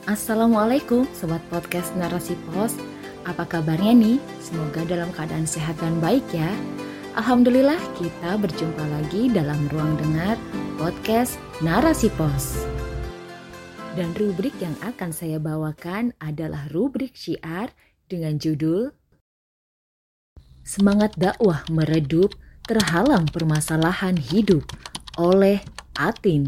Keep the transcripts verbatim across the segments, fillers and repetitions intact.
Assalamualaikum Sobat Podcast Narasi Pos. Apa kabarnya nih? Semoga dalam keadaan sehat dan baik ya. Alhamdulillah kita berjumpa lagi dalam ruang dengar Podcast Narasi Pos. Dan rubrik yang akan saya bawakan adalah rubrik syiar dengan judul Semangat dakwah meredup terhalang permasalahan hidup oleh Atin.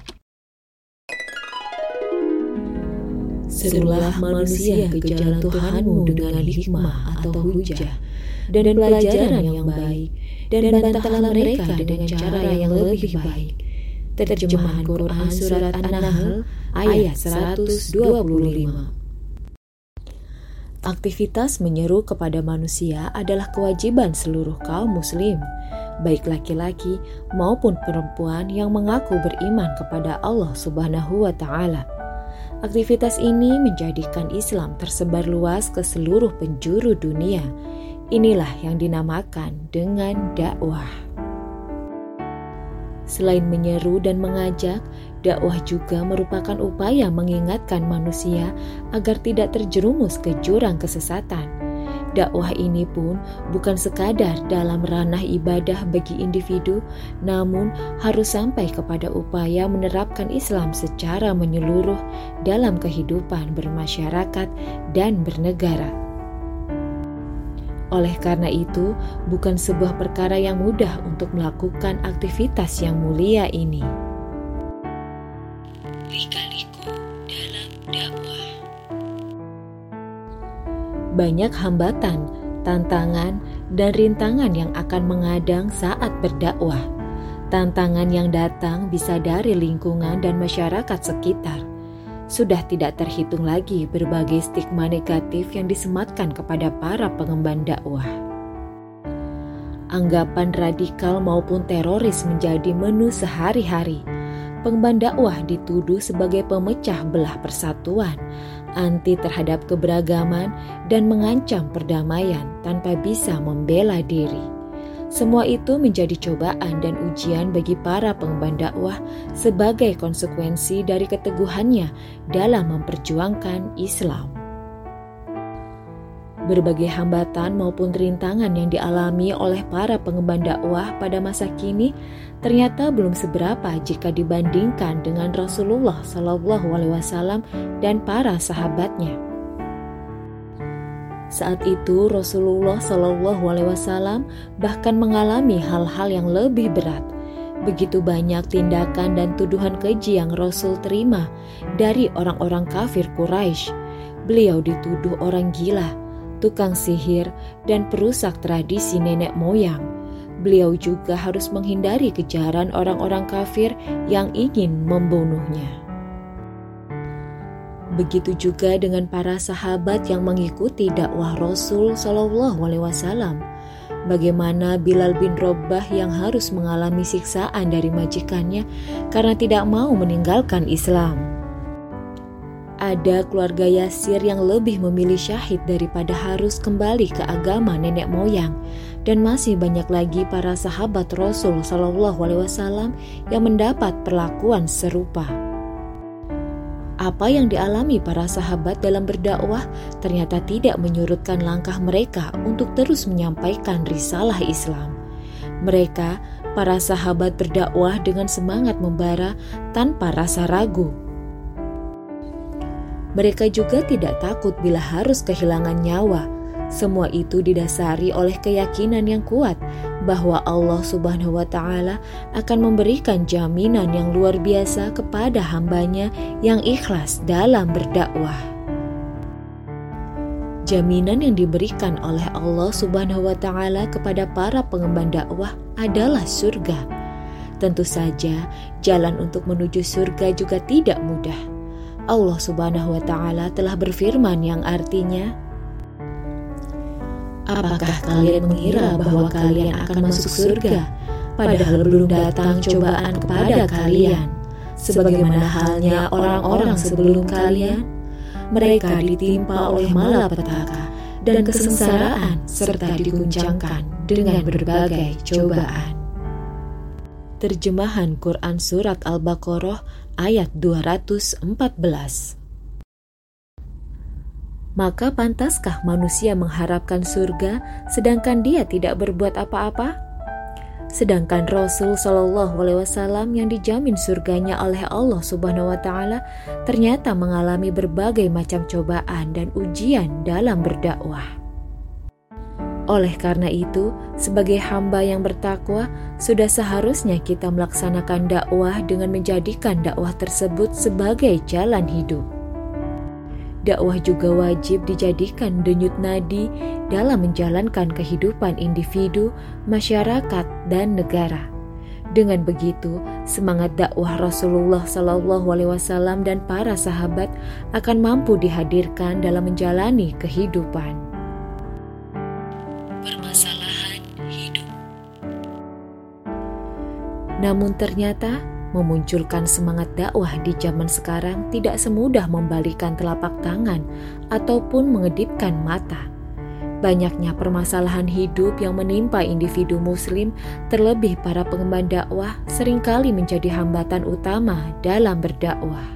Serulah manusia ke jalan Tuhanmu dengan hikmah atau hujah dan pelajaran yang baik, dan bantahlah mereka dengan cara yang lebih baik. Terjemahan Quran Surat An-Nahl ayat seratus dua puluh lima. Aktivitas menyeru kepada manusia adalah kewajiban seluruh kaum muslim, baik laki-laki maupun perempuan yang mengaku beriman kepada Allah Subhanahu wa Ta'ala. Aktivitas ini menjadikan Islam tersebar luas ke seluruh penjuru dunia. Inilah yang dinamakan dengan dakwah. Selain menyeru dan mengajak, dakwah juga merupakan upaya mengingatkan manusia agar tidak terjerumus ke jurang kesesatan. Dakwah ini pun bukan sekadar dalam ranah ibadah bagi individu, namun harus sampai kepada upaya menerapkan Islam secara menyeluruh dalam kehidupan bermasyarakat dan bernegara. Oleh karena itu, bukan sebuah perkara yang mudah untuk melakukan aktivitas yang mulia ini. Lika-liku dalam dakwah. Banyak hambatan, tantangan, dan rintangan yang akan menghadang saat berdakwah. Tantangan yang datang bisa dari lingkungan dan masyarakat sekitar. Sudah tidak terhitung lagi berbagai stigma negatif yang disematkan kepada para pengemban dakwah. Anggapan radikal maupun teroris menjadi menu sehari-hari. Pengemban dakwah dituduh sebagai pemecah belah persatuan, anti terhadap keberagaman, dan mengancam perdamaian tanpa bisa membela diri. Semua itu menjadi cobaan dan ujian bagi para pengemban dakwah sebagai konsekuensi dari keteguhannya dalam memperjuangkan Islam. Berbagai hambatan maupun rintangan yang dialami oleh para pengemban dakwah pada masa kini ternyata belum seberapa jika dibandingkan dengan Rasulullah Shallallahu Alaihi Wasallam dan para sahabatnya. Saat itu Rasulullah Shallallahu Alaihi Wasallam bahkan mengalami hal-hal yang lebih berat. Begitu banyak tindakan dan tuduhan keji yang Rasul terima dari orang-orang kafir Quraisy. Beliau dituduh orang gila, tukang sihir, dan perusak tradisi nenek moyang. Beliau juga harus menghindari kejaran orang-orang kafir yang ingin membunuhnya. Begitu juga dengan para sahabat yang mengikuti dakwah Rasul Shallallahu Alaihi Wasallam. Bagaimana Bilal bin Rabah yang harus mengalami siksaan dari majikannya karena tidak mau meninggalkan Islam. Ada keluarga Yasir yang lebih memilih syahid daripada harus kembali ke agama nenek moyang, dan masih banyak lagi para sahabat Rasul Shallallahu Alaihi Wasallam yang mendapat perlakuan serupa. Apa yang dialami para sahabat dalam berdakwah ternyata tidak menyurutkan langkah mereka untuk terus menyampaikan risalah Islam. Mereka, para sahabat, berdakwah dengan semangat membara tanpa rasa ragu. Mereka juga tidak takut bila harus kehilangan nyawa. Semua itu didasari oleh keyakinan yang kuat bahwa Allah Subhanahu wa Ta'ala akan memberikan jaminan yang luar biasa kepada hambanya yang ikhlas dalam berdakwah. Jaminan yang diberikan oleh Allah Subhanahu wa Ta'ala kepada para pengemban dakwah adalah surga. Tentu saja, jalan untuk menuju surga juga tidak mudah. Allah Subhanahu wa Ta'ala telah berfirman yang artinya, apakah kalian mengira bahwa kalian akan masuk surga, padahal belum datang cobaan kepada kalian, sebagaimana halnya orang-orang sebelum kalian? Mereka ditimpa oleh malapetaka dan kesengsaraan serta diguncangkan dengan berbagai cobaan. Terjemahan Quran Surat Al-Baqarah ayat dua ratus empat belas. Maka pantaskah manusia mengharapkan surga sedangkan dia tidak berbuat apa-apa? Sedangkan Rasul Shallallahu Alaihi Wasallam yang dijamin surganya oleh Allah Subhanahu Wa Taala ternyata mengalami berbagai macam cobaan dan ujian dalam berdakwah. Oleh karena itu, sebagai hamba yang bertakwa, sudah seharusnya kita melaksanakan dakwah dengan menjadikan dakwah tersebut sebagai jalan hidup. Dakwah juga wajib dijadikan denyut nadi dalam menjalankan kehidupan individu, masyarakat, dan negara. Dengan begitu, semangat dakwah Rasulullah Shallallahu Alaihi Wasallam dan para sahabat akan mampu dihadirkan dalam menjalani kehidupan. Permasalahan hidup. Namun ternyata memunculkan semangat dakwah di zaman sekarang tidak semudah membalikan telapak tangan ataupun mengedipkan mata. Banyaknya permasalahan hidup yang menimpa individu muslim, terlebih para pengemban dakwah, seringkali menjadi hambatan utama dalam berdakwah.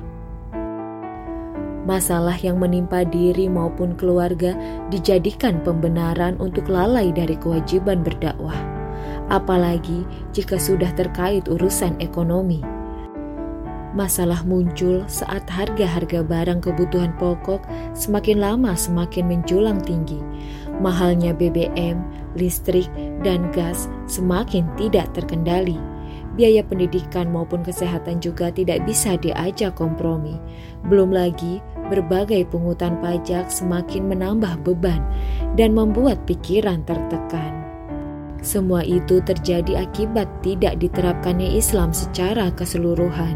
Masalah yang menimpa diri maupun keluarga dijadikan pembenaran untuk lalai dari kewajiban berdakwah. Apalagi jika sudah terkait urusan ekonomi. Masalah muncul saat harga-harga barang kebutuhan pokok semakin lama semakin menjulang tinggi. Mahalnya B B M, listrik, dan gas semakin tidak terkendali. Biaya pendidikan maupun kesehatan juga tidak bisa diajak kompromi. Belum lagi berbagai pungutan pajak semakin menambah beban dan membuat pikiran tertekan. Semua itu terjadi akibat tidak diterapkannya Islam secara keseluruhan.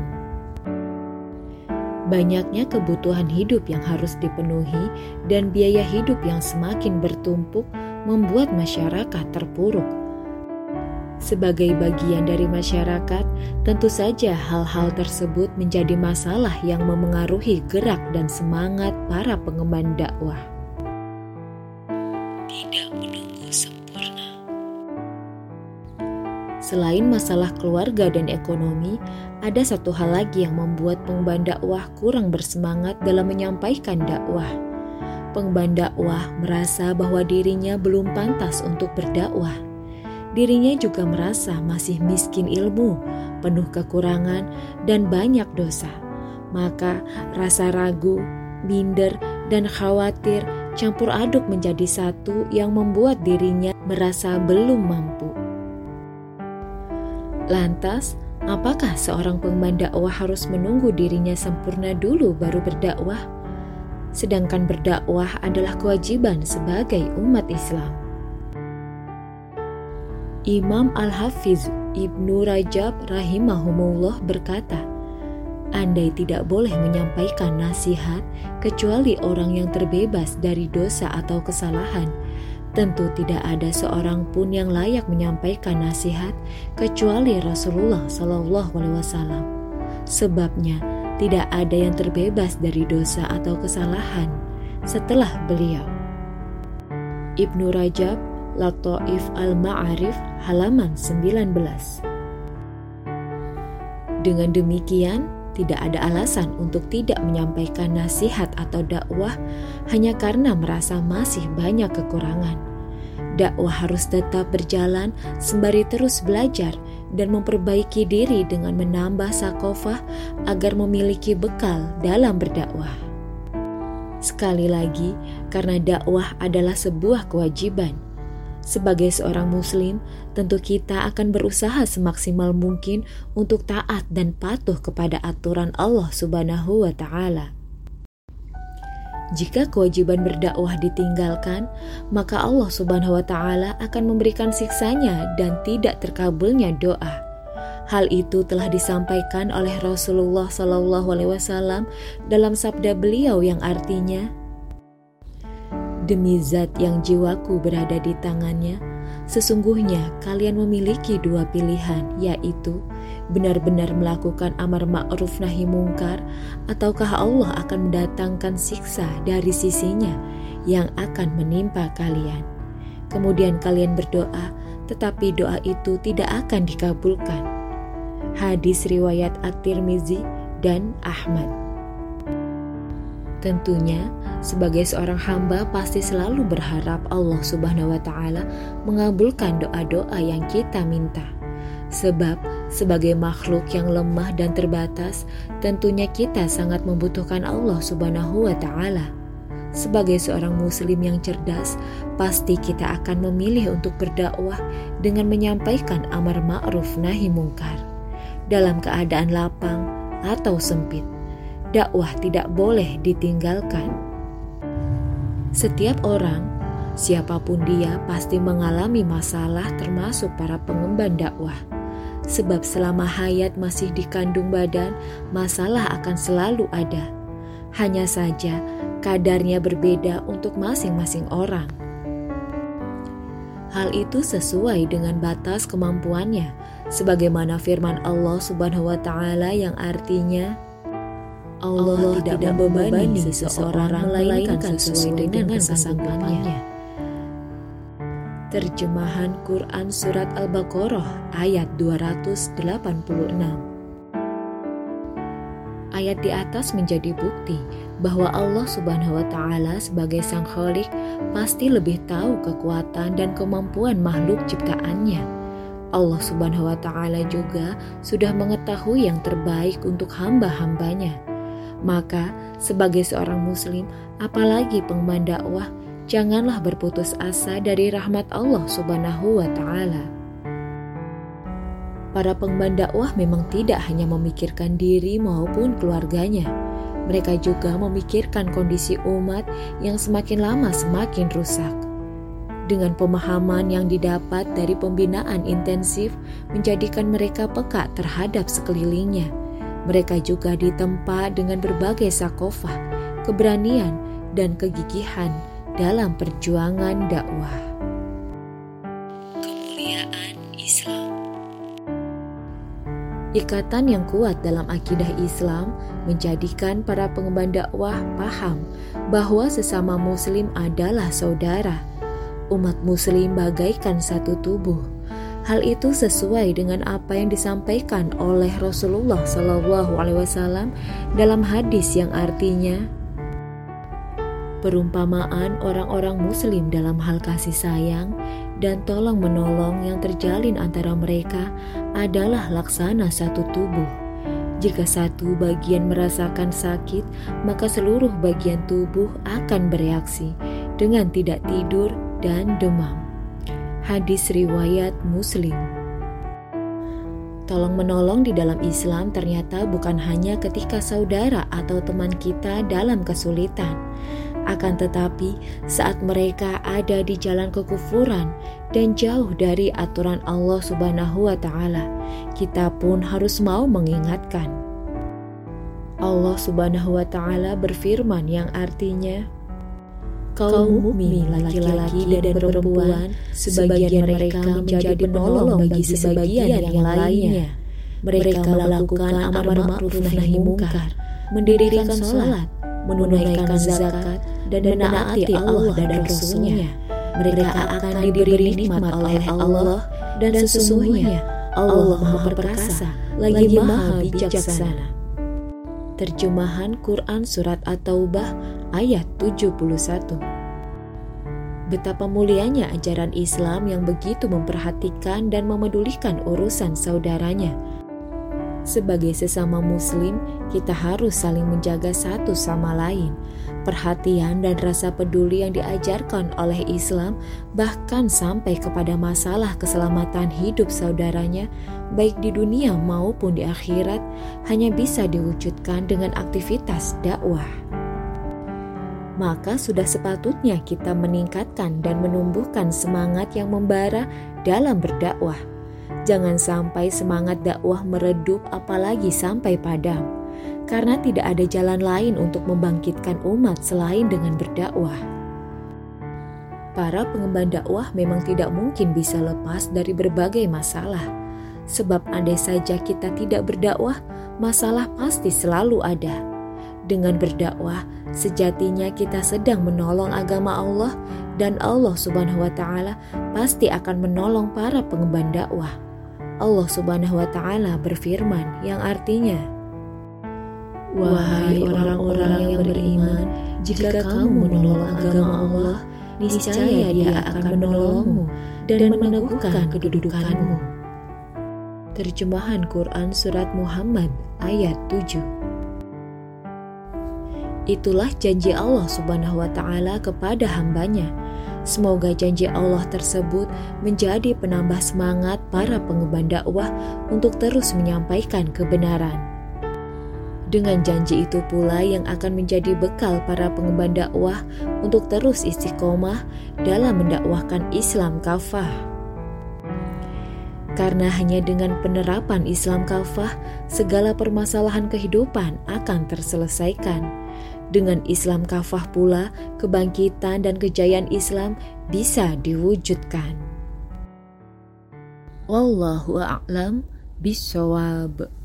Banyaknya kebutuhan hidup yang harus dipenuhi dan biaya hidup yang semakin bertumpuk membuat masyarakat terpuruk. Sebagai bagian dari masyarakat, tentu saja hal-hal tersebut menjadi masalah yang memengaruhi gerak dan semangat para pengemban dakwah. Tidak menunggu sempurna. Selain masalah keluarga dan ekonomi, ada satu hal lagi yang membuat pengemban dakwah kurang bersemangat dalam menyampaikan dakwah. Pengemban dakwah merasa bahwa dirinya belum pantas untuk berdakwah. Dirinya juga merasa masih miskin ilmu, penuh kekurangan, dan banyak dosa. Maka rasa ragu, minder, dan khawatir campur aduk menjadi satu yang membuat dirinya merasa belum mampu. Lantas, apakah seorang pengemban dakwah harus menunggu dirinya sempurna dulu baru berdakwah? Sedangkan berdakwah adalah kewajiban sebagai umat Islam. Imam Al-Hafiz Ibnu Rajab rahimahumullah berkata, andai tidak boleh menyampaikan nasihat kecuali orang yang terbebas dari dosa atau kesalahan, tentu tidak ada seorang pun yang layak menyampaikan nasihat kecuali Rasulullah Shallallahu Alaihi Wasallam. Sebabnya tidak ada yang terbebas dari dosa atau kesalahan setelah beliau. Ibnu Rajab, Lataif Al-Ma'arif, halaman sembilan belas. Dengan demikian, tidak ada alasan untuk tidak menyampaikan nasihat atau dakwah hanya karena merasa masih banyak kekurangan. Dakwah harus tetap berjalan sembari terus belajar dan memperbaiki diri dengan menambah sakofah agar memiliki bekal dalam berdakwah. Sekali lagi, karena dakwah adalah sebuah kewajiban. Sebagai seorang muslim, tentu kita akan berusaha semaksimal mungkin untuk taat dan patuh kepada aturan Allah Subhanahu wa Ta'ala. Jika kewajiban berdakwah ditinggalkan, maka Allah Subhanahu wa Ta'ala akan memberikan siksanya dan tidak terkabulnya doa. Hal itu telah disampaikan oleh Rasulullah Shallallahu Alaihi Wasallam dalam sabda beliau yang artinya, demi zat yang jiwaku berada di tangannya, sesungguhnya kalian memiliki dua pilihan, yaitu benar-benar melakukan amar ma'ruf nahi mungkar, ataukah Allah akan mendatangkan siksa dari sisinya yang akan menimpa kalian. Kemudian kalian berdoa, tetapi doa itu tidak akan dikabulkan. Hadis riwayat At-Tirmizi dan Ahmad. Tentunya, sebagai seorang hamba pasti selalu berharap Allah Subhanahu wa Ta'ala mengabulkan doa-doa yang kita minta. Sebab, sebagai makhluk yang lemah dan terbatas, tentunya kita sangat membutuhkan Allah Subhanahu wa Ta'ala. Sebagai seorang muslim yang cerdas, pasti kita akan memilih untuk berdakwah dengan menyampaikan amar ma'ruf nahi mungkar. Dalam keadaan lapang atau sempit, dakwah tidak boleh ditinggalkan. Setiap orang, siapapun dia, pasti mengalami masalah, termasuk para pengemban dakwah. Sebab selama hayat masih dikandung badan, masalah akan selalu ada. Hanya saja kadarnya berbeda untuk masing-masing orang. Hal itu sesuai dengan batas kemampuannya, sebagaimana firman Allah Subhanahu wa Ta'ala yang artinya, Allah, Allah tidak, tidak membebani seseorang melainkan sesuai dengan kesanggupannya. Terjemahan Quran Surat Al-Baqarah ayat dua ratus delapan puluh enam. Ayat di atas menjadi bukti bahwa Allah Subhanahu wa Ta'ala sebagai Sang Khalik pasti lebih tahu kekuatan dan kemampuan makhluk ciptaannya. Allah Subhanahu wa Ta'ala juga sudah mengetahui yang terbaik untuk hamba-hambanya. Maka, sebagai seorang muslim, apalagi pengemban dakwah, janganlah berputus asa dari rahmat Allah Subhanahu wa Ta'ala. Para pengemban dakwah memang tidak hanya memikirkan diri maupun keluarganya. Mereka juga memikirkan kondisi umat yang semakin lama semakin rusak. Dengan pemahaman yang didapat dari pembinaan intensif menjadikan mereka peka terhadap sekelilingnya. Mereka juga ditempa dengan berbagai sakofah, keberanian, dan kegigihan dalam perjuangan dakwah. Kemuliaan Islam. Ikatan yang kuat dalam akidah Islam menjadikan para pengemban dakwah paham bahwa sesama muslim adalah saudara. Umat muslim bagaikan satu tubuh. Hal itu sesuai dengan apa yang disampaikan oleh Rasulullah shallallahu alaihi wasallam dalam hadis yang artinya, perumpamaan orang-orang muslim dalam hal kasih sayang dan tolong menolong yang terjalin antara mereka adalah laksana satu tubuh. Jika satu bagian merasakan sakit, maka seluruh bagian tubuh akan bereaksi dengan tidak tidur dan demam. Hadis riwayat Muslim. Tolong menolong di dalam Islam ternyata bukan hanya ketika saudara atau teman kita dalam kesulitan, akan tetapi saat mereka ada di jalan kekufuran dan jauh dari aturan Allah Subhanahu wa Ta'ala, kita pun harus mau mengingatkan. Allah Subhanahu wa Ta'ala berfirman yang artinya, kaum mukmin laki-laki dan perempuan, sebagian mereka menjadi penolong bagi sebagian yang lainnya. Mereka melakukan amar ma'ruf nahi mungkar, mendirikan salat, menunaikan zakat, dan menaati Allah dan Rasul-Nya. Mereka akan diberi nikmat oleh Allah, dan sesungguhnya Allah Maha Perkasa lagi Maha Bijaksana. Terjemahan Quran Surat At-Taubah ayat tujuh puluh satu. Betapa mulianya ajaran Islam yang begitu memperhatikan dan memedulikan urusan saudaranya. Sebagai sesama muslim, kita harus saling menjaga satu sama lain. Perhatian dan rasa peduli yang diajarkan oleh Islam bahkan sampai kepada masalah keselamatan hidup saudaranya, baik di dunia maupun di akhirat, hanya bisa diwujudkan dengan aktivitas dakwah. Maka sudah sepatutnya kita meningkatkan dan menumbuhkan semangat yang membara dalam berdakwah. Jangan sampai semangat dakwah meredup apalagi sampai padam, karena tidak ada jalan lain untuk membangkitkan umat selain dengan berdakwah. Para pengemban dakwah memang tidak mungkin bisa lepas dari berbagai masalah, sebab andai saja kita tidak berdakwah, masalah pasti selalu ada. Dengan berdakwah, sejatinya kita sedang menolong agama Allah, dan Allah Subhanahu wa Ta'ala pasti akan menolong para pengemban dakwah. Allah Subhanahu wa Ta'ala berfirman yang artinya, Wahai orang-orang yang beriman, jika kamu menolong agama Allah, niscaya Dia akan menolongmu dan meneguhkan kedudukanmu. Terjemahan Quran Surat Muhammad ayat tujuh. Itulah janji Allah Subhanahu wa Ta'ala kepada hambanya. Semoga janji Allah tersebut menjadi penambah semangat para pengemban dakwah untuk terus menyampaikan kebenaran. Dengan janji itu pula yang akan menjadi bekal para pengemban dakwah untuk terus istiqomah dalam mendakwahkan Islam kafah. Karena hanya dengan penerapan Islam kafah, segala permasalahan kehidupan akan terselesaikan. Dengan Islam kafah pula, kebangkitan dan kejayaan Islam bisa diwujudkan. Wallahu a'lam bishawab.